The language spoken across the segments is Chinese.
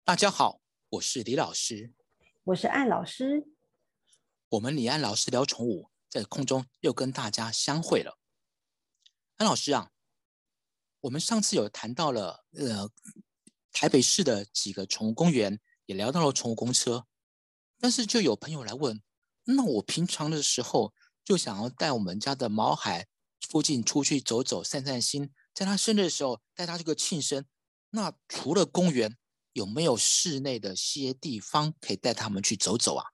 大家好，我是李老师， 我是艾老师。 我们李安老师聊宠物，在空中又跟大家相会了。安老师啊，我们上次有谈到了台北市的几个宠物公园，也聊到了宠物公车，但是就有朋友来问，那我平常的时候就想要带我们家的毛孩附近出去走走散散心，在他生日的时候带他这个庆生，那除了公园，有没有室内的些地方可以带他们去走走啊？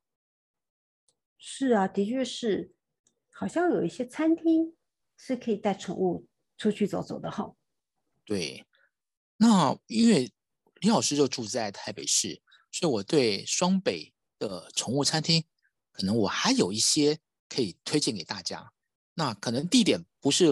是啊，的确是，好像有一些餐厅是可以带宠物出去走走的哈。 对，那因为李老师就住在台北市，所以我对双北的宠物餐厅，可能我还有一些可以推荐给大家。那可能地点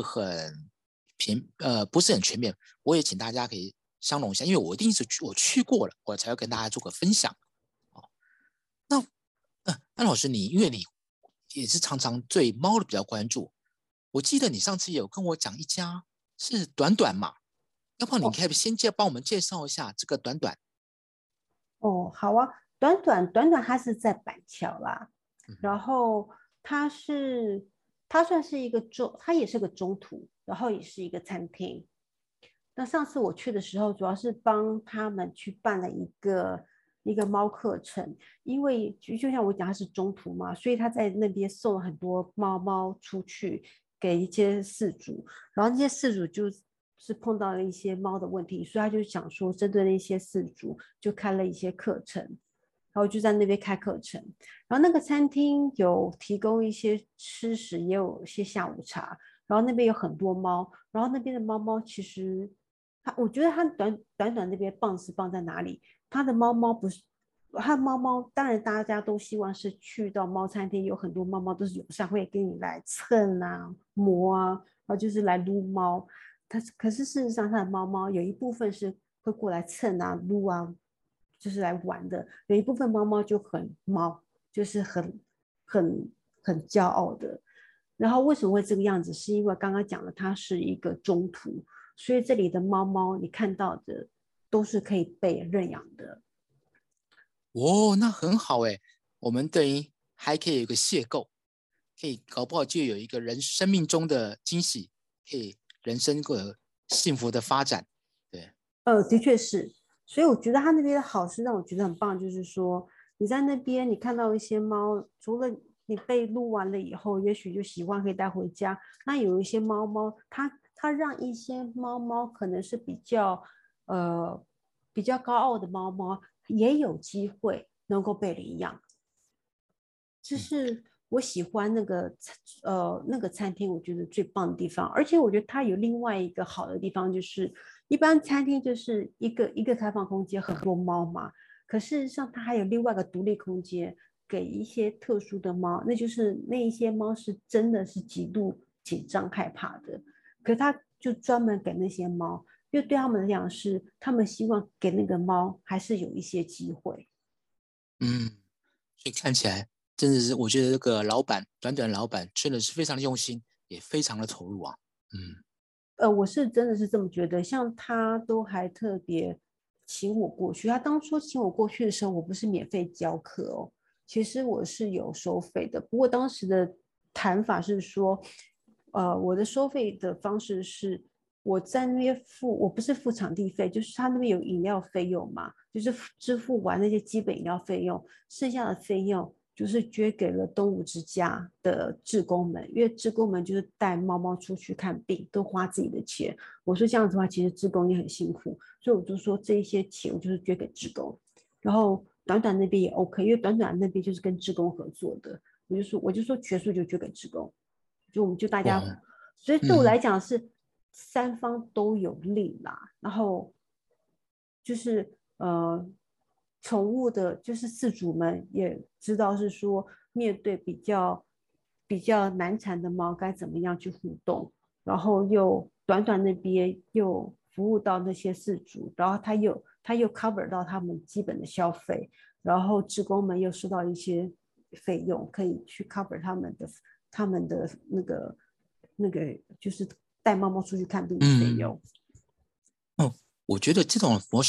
不是很全面，我也请大家可以相容一下，因为我一定是我去过了，我才要跟大家做个分享。哦，那安老师因为你也是常常对猫的比较关注，我记得你上次也有跟我讲一家是短短嘛。要不然你哦可以先帮我们介绍一下这个短短。 哦，好啊，短短它是在板桥啦，然嗯后它是它算是一个它也是个中途，然后也是一个餐厅。那上次我去的时候，主要是帮他们去办了一个猫课程，因为就像我讲，他是中途嘛，所以他在那边送了很多猫猫出去给一些饲主，然后那些饲主就是碰到了一些猫的问题，所以他就想说，针对那些饲主就开了一些课程，然后就在那边开课程，然后那个餐厅有提供一些吃食，也有一些下午茶，然后那边有很多猫，然后那边的猫猫其实我觉得它短那边棒是棒在哪里？它的猫猫不是，它的猫猫当然大家都希望是去到猫餐厅，有很多猫猫都是友善，会跟你来蹭啊、摸啊，然后就是来撸猫。可是事实上，它的猫猫有一部分是会过来蹭啊、撸啊，就是来玩的；有一部分猫猫就很猫，就是很很骄傲的。然后为什么会这个样子？是因为刚刚讲了，它是一个中途，所以这里的猫猫你看到的都是可以被认养的。 哦，那很好诶，我们等于还可以有一个邂逅，可以搞不好就有一个人生命中的惊喜，可以人生个幸福的发展。对， 的确是，所以我觉得他那边的好是让我觉得很棒，就是说你在那边你看到一些猫，除了你被撸完了以后，也许就喜欢可以带回家。那有一些猫猫，它让一些猫猫可能是呃比较高傲的猫猫，也有机会能够被领养。这嗯， 是我喜欢那个餐厅，我觉得最棒的地方。而且我觉得它有另外一个好的地方，就是一般餐厅就是一个开放空间，很多猫嘛。可事实上，它还有另外一个独立空间，给一些特殊的猫，那就是那一些猫是真的是极度紧张害怕的，可是它就专门给那些猫，因为对他们来讲是，他们希望给那个猫还是有一些机会。 嗯，所以看起来真的是，我觉得这个短短老板真的是非常的用心，也非常的投入啊。嗯， 我是真的是这么觉得，像他都还特别请我过去。他当初请我过去的时候，我不是免费教课哦，其实我是有收费的。不过当时的谈法是说，我的收费的方式是我在那边我不是付场地费，就是他那边有饮料费用嘛，就是支付完那些基本饮料费用，剩下的费用就是捐给了动物之家的志工们，因为志工们就是带猫猫出去看病，都花自己的钱。我说这样子的话，其实志工也很辛苦，所以我就说这一些钱我就是捐给志工。然后短短那边也 OK，因为短短那边就是跟志工合作的，我就说全数就捐给志工，就我们就大家， 哦， 所以对我来嗯讲是三方都有利啦。然后就是宠物的，就是饲主们也知道是说，面对比较难缠的猫该怎么样去互动，然后又短短那边又服务到那些饲主，然后他又 cover 到他们基本的消费，然后职工们又收到一些费用，可以去 cover 他们的那个就是带猫猫出去看病的费嗯用。 哦，我觉得这种模式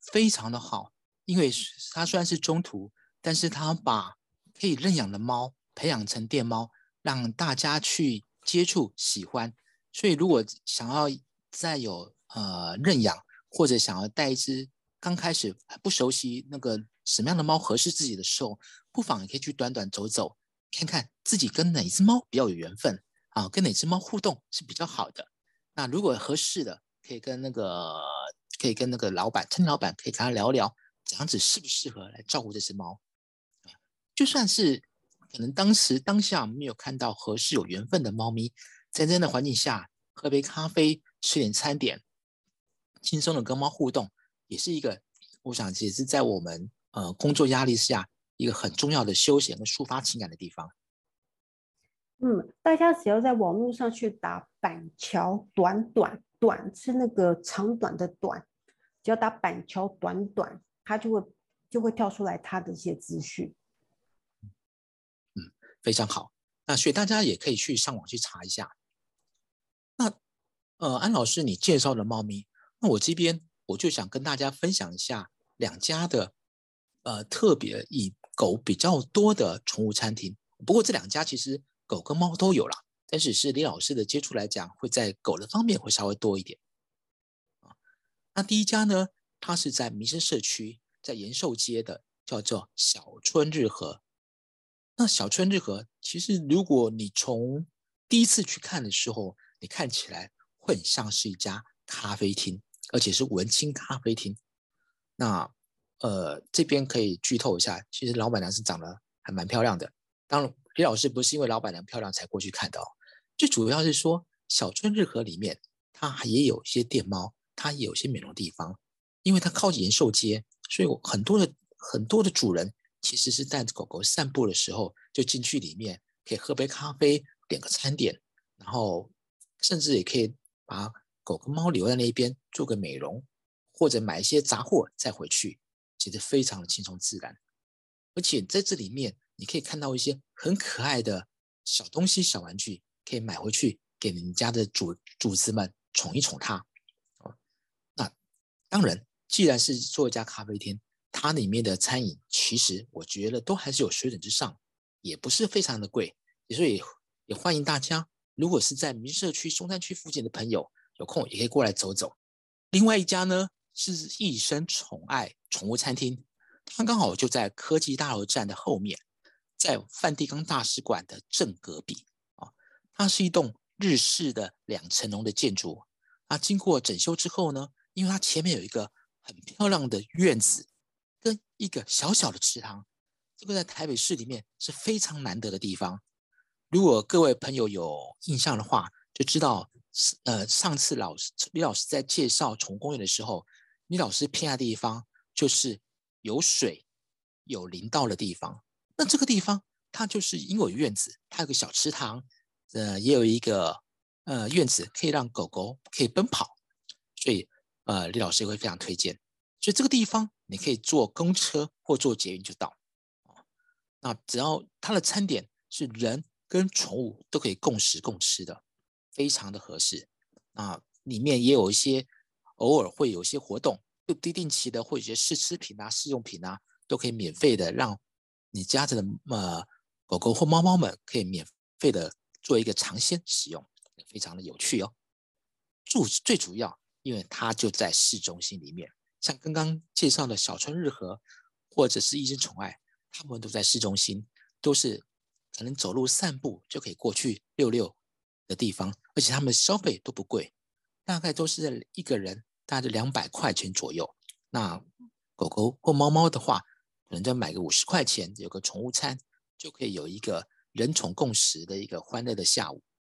非常的好，因为它虽然是中途，但是它把可以认养的猫培养成电猫，让大家去接触喜欢。所以如果想要再有认养，或者想要带一只刚开始不熟悉那个什么样的猫合适自己的时候，不妨也可以去短短走走，看看自己跟哪只猫比较有缘分啊，跟哪只猫互动是比较好的。那如果合适的，可以跟那个老板，餐厅老板可以跟他聊聊，怎样子适不适合来照顾这只猫。就算是可能当下没有看到合适有缘分的猫咪，在这样的环境下，喝杯咖啡，吃点餐点，轻松的跟猫互动，也是一个，我想也是在我们工作压力下一个很重要的休闲跟抒发情感的地方。 大家只要在网络上去打板桥短短，短是那个长短的短，只要打板桥短短，它就会跳出来它的一些资讯。 非常好。那所以大家也可以去上网去查一下。那安老师你介绍的猫咪，那我这边我就想跟大家分享一下两家的特别以狗比较多的宠物餐厅。不过这两家其实狗跟猫都有啦，但是李老师的接触来讲，会在狗的方面会稍微多一点。那第一家呢，它是在民生社区，在延寿街的，叫做小春日和。那小春日和，其实如果你从第一次去看的时候，你看起来会很像是一家咖啡厅，而且是文青咖啡厅。那这边可以剧透一下，其实老板娘是长得还蛮漂亮的。当然，李老师不是因为老板娘漂亮才过去看的哦，最主要是说小春日和里面它也有一些电猫，它也有一些美容地方，因为它靠近延寿街，所以很多的主人其实是带着狗狗散步的时候，就进去里面可以喝杯咖啡，点个餐点，然后甚至也可以把狗跟猫留在那边做个美容，或者买一些杂货再回去，其实非常的轻松自然。而且在这里面，你可以看到一些很可爱的小东西、小玩具，可以买回去给你们家的主子们宠一宠它。那当然，既然是做一家咖啡厅，它里面的餐饮其实我觉得都还是有水准之上，也不是非常的贵，所以也欢迎大家，如果是在民社区、松山区附近的朋友，有空也可以过来走走。另外一家呢是一生宠爱宠物餐厅，它刚好就在科技大楼站的后面，在梵蒂冈大使馆的正隔壁啊。它是一栋日式的2层楼的建筑，它经过整修之后呢，因为它前面有一个很漂亮的院子，跟一个小小的池塘，这个在台北市里面是非常难得的地方。如果各位朋友有印象的话，就知道，上次李老师在介绍宠物公园的时候，李老师偏爱的地方就是有水、有林道的地方。那这个地方它就是因为有院子，它有个小池塘，也有一个院子可以让狗狗可以奔跑，所以李老师也会非常推荐。所以这个地方你可以坐公车或坐捷运就到。那只要它的餐点是人跟宠物都可以共食共吃的，非常的合适。那里面也有一些偶尔会有一些活动，不定期的会有一些试吃品啊、试用品啊，都可以免费的让你家的狗狗或猫猫们可以免费的做一个尝鲜使用，非常的有趣哦。最主要，因为它就在市中心里面，像刚刚介绍的小春日和或者是一生宠爱，他们都在市中心，都是可能走路散步就可以过去溜溜的地方，而且他们的消费都不贵，大概都是在一个人大概200块钱左右。那狗狗或猫猫的话，可能就买个50块钱，有个宠物餐，就可以有一个人宠共食的一个欢乐的下午。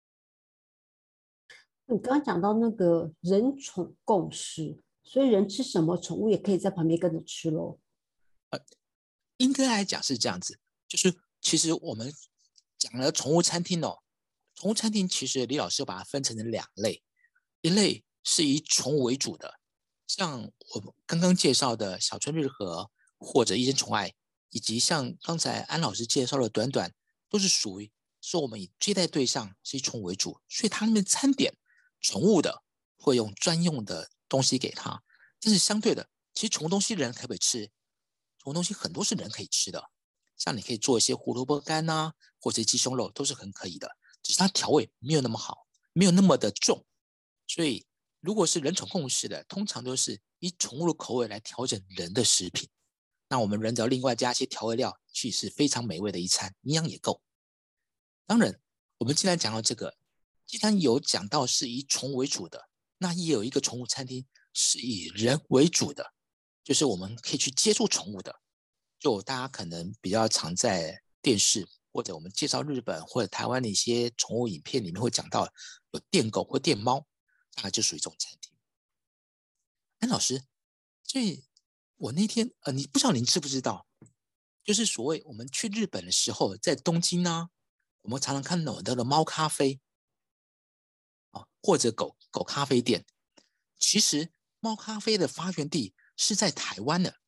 你刚刚讲到那个人宠共识，所以人吃什么，宠物也可以在旁边跟着吃喽。 应该来讲是这样子，就是其实我们讲了宠物餐厅哦，宠物餐厅其实李老师把它分成了2类，一类是以宠物为主的，像我们刚刚介绍的小春日和或者一生宠爱，以及像刚才安老师介绍的短短，都是属于说我们以接待对象是以宠物为主，所以它那边餐点宠物的会用专用的东西给它，但是相对的其实宠物东西人可不可以吃？宠物东西很多是人可以吃的，像你可以做一些胡萝卜干啊，或者鸡胸肉都是很可以的，只是它调味没有那么好，没有那么的重。所以如果是人宠共识的，通常都是以宠物的口味来调整人的食品。那我们人只要另外加一些调味料，其实是非常美味的一餐，营养也够。当然，我们既然讲到这个，既然有讲到是以宠物为主的，那也有一个宠物餐厅是以人为主的，就是我们可以去接触宠物的。就大家可能比较常在电视或者我们介绍日本或者台湾的一些宠物影片里面会讲到有电狗或电猫，大概就属于这种餐厅。安老师，所以我那天你不知道您知不知道，就是所谓我们去日本的时候，在东京啊，我们常常看到的猫咖啡啊，或者狗咖啡店，其实猫咖啡的发源地是在台湾的。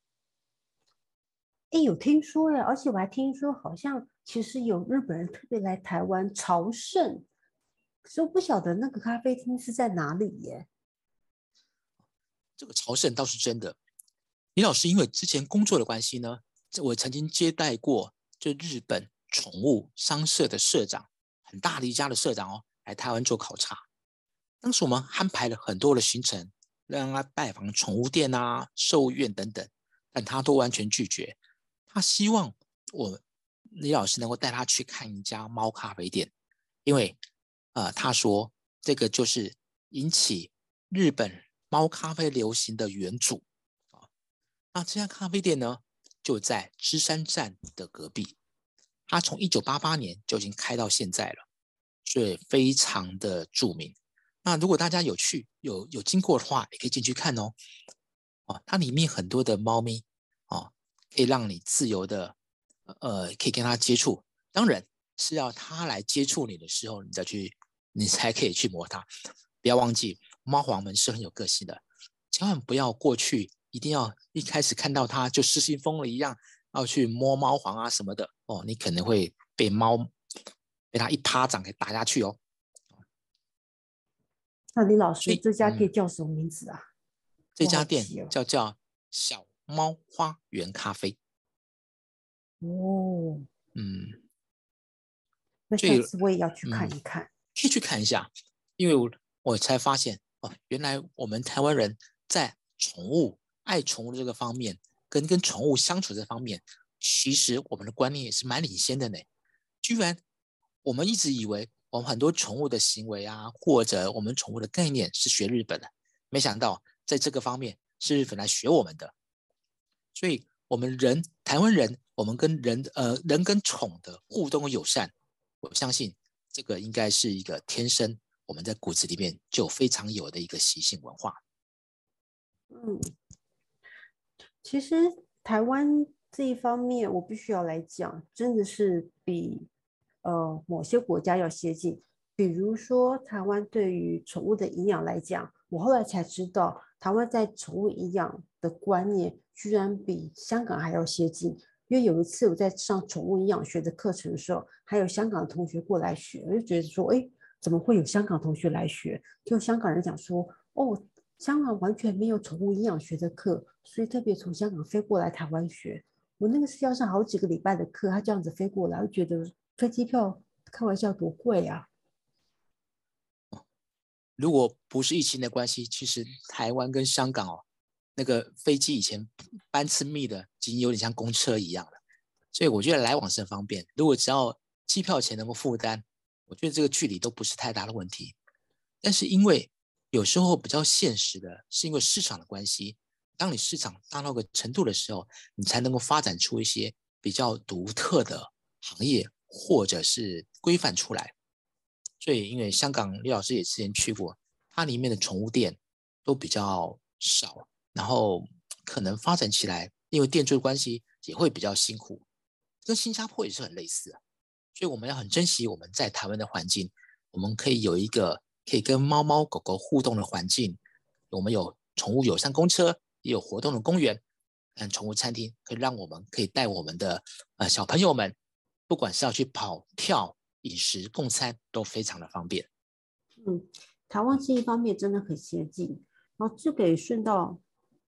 哎，有听说耶，而且我还听说好像其实有日本人特别来台湾朝圣，可是我不晓得那个咖啡厅是在哪里耶。 这个朝圣倒是真的。李老师因为之前工作的关系呢，我曾经接待过就日本宠物商社的社长，很大的一家的社长哦，来台湾做考察。当时我们安排了很多的行程，让他拜访宠物店啊、兽物院等等，但他都完全拒绝。他希望我李老师能够带他去看一家猫咖啡店，因为他说这个就是引起日本猫咖啡流行的元祖啊。那这家咖啡店呢，就在芝山站的隔壁，它从1988年就已经开到现在了，所以非常的著名。那如果大家有经过的话，也可以进去看哦。它里面很多的猫咪可以让你自由的可以跟它接触。当然是要它来接触你的时候，你才可以去摸它。不要忘记，猫皇们是很有个性的，千万不要过去，一定要一开始看到它就失心疯了一样，要去摸猫皇啊什么的哦，你可能会被它一巴掌给打下去哦。 那李老师， 所以， 这家店叫什么名字啊？我好这家店奇哦。 叫小猫花园咖啡。 哦， 嗯， 那下所以次我也要去看嗯， 一看。 可以去看一下，因为我才发现哦，原来我们台湾人在爱宠物这个方面，跟宠物相处这方面，其实我们的观念也是蛮领先的呢。居然我们一直以为我们很多宠物的行为啊，或者我们宠物的概念是学日本的，没想到在这个方面是日本来学我们的。所以，我们台湾人，我们跟人跟宠的互动和友善，我相信这个应该是一个天生我们在骨子里面就非常有的一个习性文化。 嗯，其实台湾这一方面，我必须要来讲，真的是比某些国家要先进。比如说，台湾对于宠物的营养来讲，我后来才知道，台湾在宠物营养的观念居然比香港还要先进。因为有一次我在上宠物营养学的课程的时候，还有香港的同学过来学，我就觉得说，哎，怎么会有香港同学来学？就香港人讲说，哦，香港完全没有宠物营养学的课，所以特别从香港飞过来台湾学。我那个是要上好几个礼拜的课，他这样子飞过来，我觉得飞机票开玩笑多贵啊！ 如果不是疫情的关系，其实台湾跟香港那个飞机以前班次密的，已经有点像公车一样了。所以我觉得来往是很方便。如果只要机票钱能够负担，我觉得这个距离都不是太大的问题。但是因为有时候比较现实的是因为市场的关系，当你市场大到个程度的时候，你才能够发展出一些比较独特的行业或者是规范出来。所以因为香港李老师也之前去过，它里面的宠物店都比较少，然后可能发展起来，因为店租的关系也会比较辛苦，跟新加坡也是很类似的。所以我们要很珍惜我们在台湾的环境，我们可以有一个可以跟猫猫狗狗互动的环境，我们有宠物友善公车，也有活动的公园，宠物餐厅可以让我们可以带我们的小朋友们，不管是要去跑跳、饮食、共餐，都非常的方便。 嗯，台湾这一方面真的很先进，然后这个也顺道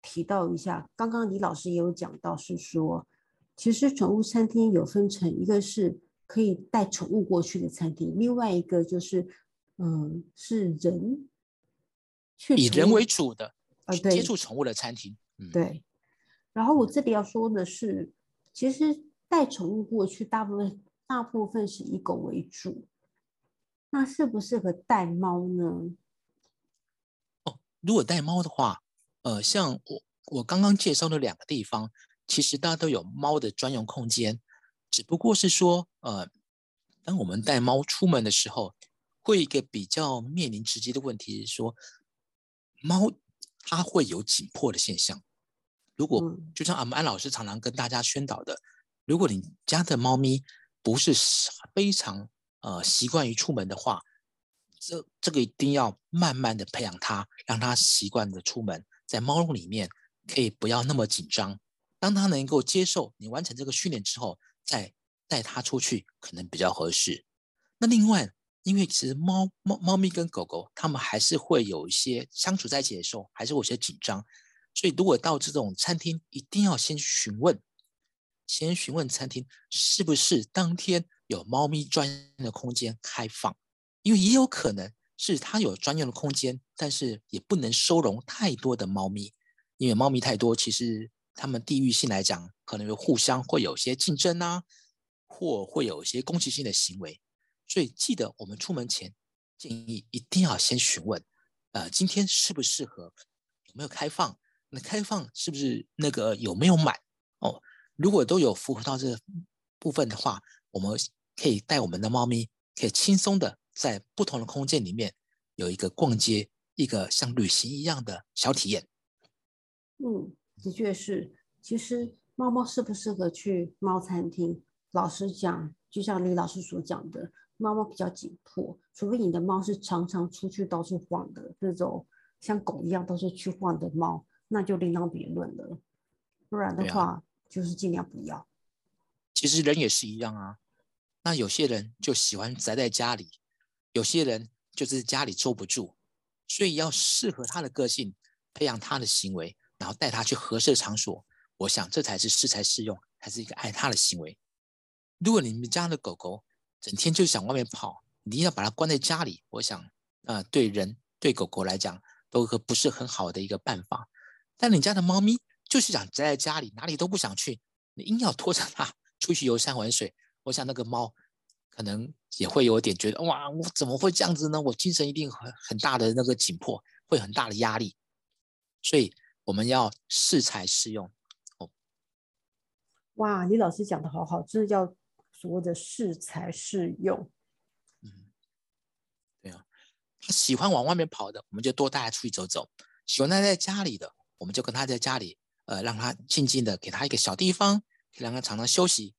提到一下，刚刚李老师也有讲到，是说，其实宠物餐厅有分成，一个是可以带宠物过去的餐厅，另外一个就是，是人去以人为宠物， 主的去接对触宠物的餐厅。 对。然后我这里要说的是，其实带宠物过去，大部分是以狗为主，那适不适合带猫呢？ 如果带猫的话，像我刚刚介绍的2个地方，其实大家都有猫的专用空间，只不过是说，当我们带猫出门的时候，会一个比较面临直接的问题是说，猫它会有紧迫的现象。如果就像阿们安老师常常跟大家宣导的，如果你家的猫咪不是非常习惯于出门的话，这个一定要慢慢的培养它，让它习惯的出门，在猫笼里面可以不要那么紧张。当它能够接受你完成这个训练之后，再带它出去可能比较合适。那另外，因为其实猫咪跟狗狗，它们还是会有一些相处在一起的时候，还是会有些紧张。所以如果到这种餐厅，一定要先询问餐厅是不是当天有猫咪专用的空间开放，因为也有可能是它有专用的空间，但是也不能收容太多的猫咪，因为猫咪太多，其实它们地域性来讲，可能互相会有些竞争啊，或会有一些攻击性的行为。所以记得我们出门前建议一定要先询问，今天适不适合，有没有开放，那开放是不是那个有没有满哦？如果都有符合到这个部分的话，我们可以带我们的猫咪，可以轻松的在不同的空间里面有一个逛街，一个像旅行一样的小体验。 的确是。其实猫猫适不适合去猫餐厅？老实讲，就像李老师所讲的，猫猫比较紧迫，除非你的猫是常常出去到处晃的那种，像狗一样都是去晃的猫，那就另当别论了。不然的对啊， 话，就是尽量不要。 其实人也是一样啊。那有些人就喜欢宅在家里，有些人就是家里坐不住，所以要适合他的个性，培养他的行为，然后带他去合适的场所。我想这才是适才适用，才是一个爱他的行为。如果你们家的狗狗整天就想外面跑，你要把它关在家里，我想，对人对狗狗来讲都不是很好的一个办法。但你家的猫咪就是想宅在家里，哪里都不想去，你硬要拖着它出去游山玩水，我想那个猫可能也会有点觉得，哇，我怎么会这样子呢？我精神一定很大的那个紧迫，会很大的压力。所以我们要适才适用。哦， 哇，李老师讲的好好，这叫所谓的适才适用。 嗯，对啊。他喜欢往外面跑的，我们就多带他出去走走；喜欢待在家里的，我们就跟他在家里，让他静静的，给他一个小地方，可以让他常常休息。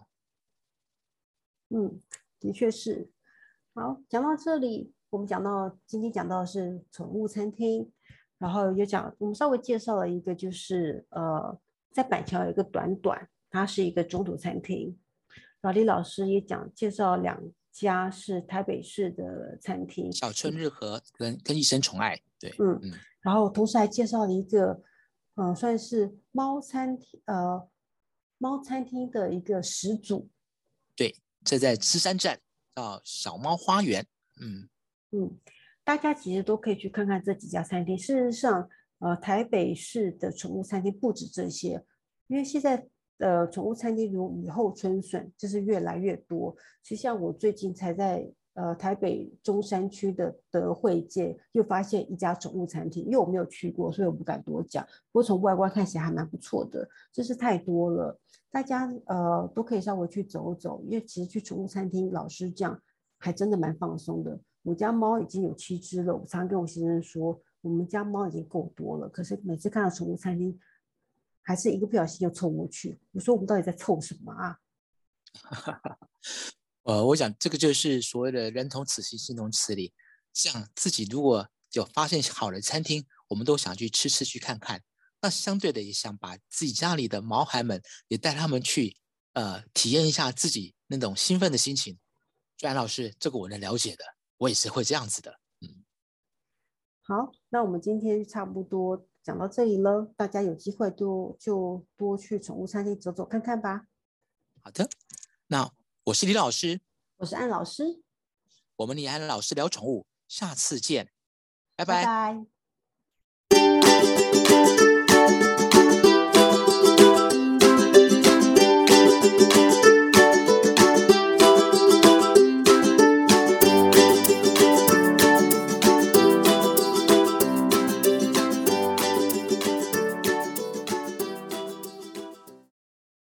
嗯，的确是。好，讲到这里，我们今天讲到的是宠物餐厅，然后我们稍微介绍了一个，就是在板桥有一个短短，它是一个中途餐厅。老李老师也介绍2家是台北市的餐厅， 小春日和跟一生宠爱，对， 嗯，然后同时还介绍了一个，算是猫餐厅的一个始祖。 对，这在芝山站到小猫花园，嗯， 嗯，大家其实都可以去看看这几家餐厅。事实上，台北市的宠物餐厅不止这些，因为现在宠物餐厅如雨后春笋，就是越来越多。其实像我最近才在台北中山区的德惠街又发现一家宠物餐厅，因为我没有去过，所以我不敢多讲。不过从外观看起来还蛮不错的，真是太多了。大家都可以稍微去走走，因为其实去宠物餐厅，老实讲，还真的蛮放松的。我家猫已经有7只了，我常跟我先生说，我们家猫已经够多了，可是每次看到宠物餐厅，还是一个不小心就凑过去。我说我们到底在凑什么啊？ 我想这个就是所谓的人同此心，心同此理。像自己如果有发现好的餐厅，我们都想去吃吃去看看。那相对的，也想把自己家里的毛孩们也带他们去，体验一下自己那种兴奋的心情。虽然老师，这个我能了解的，我也是会这样子的。嗯， 好，那我们今天差不多讲到这里了，大家有机会就多去宠物餐厅走走看看吧。 好的，那我是李老师， 我是安老师， 我们李安老师聊宠物，下次见，拜拜拜。 拜。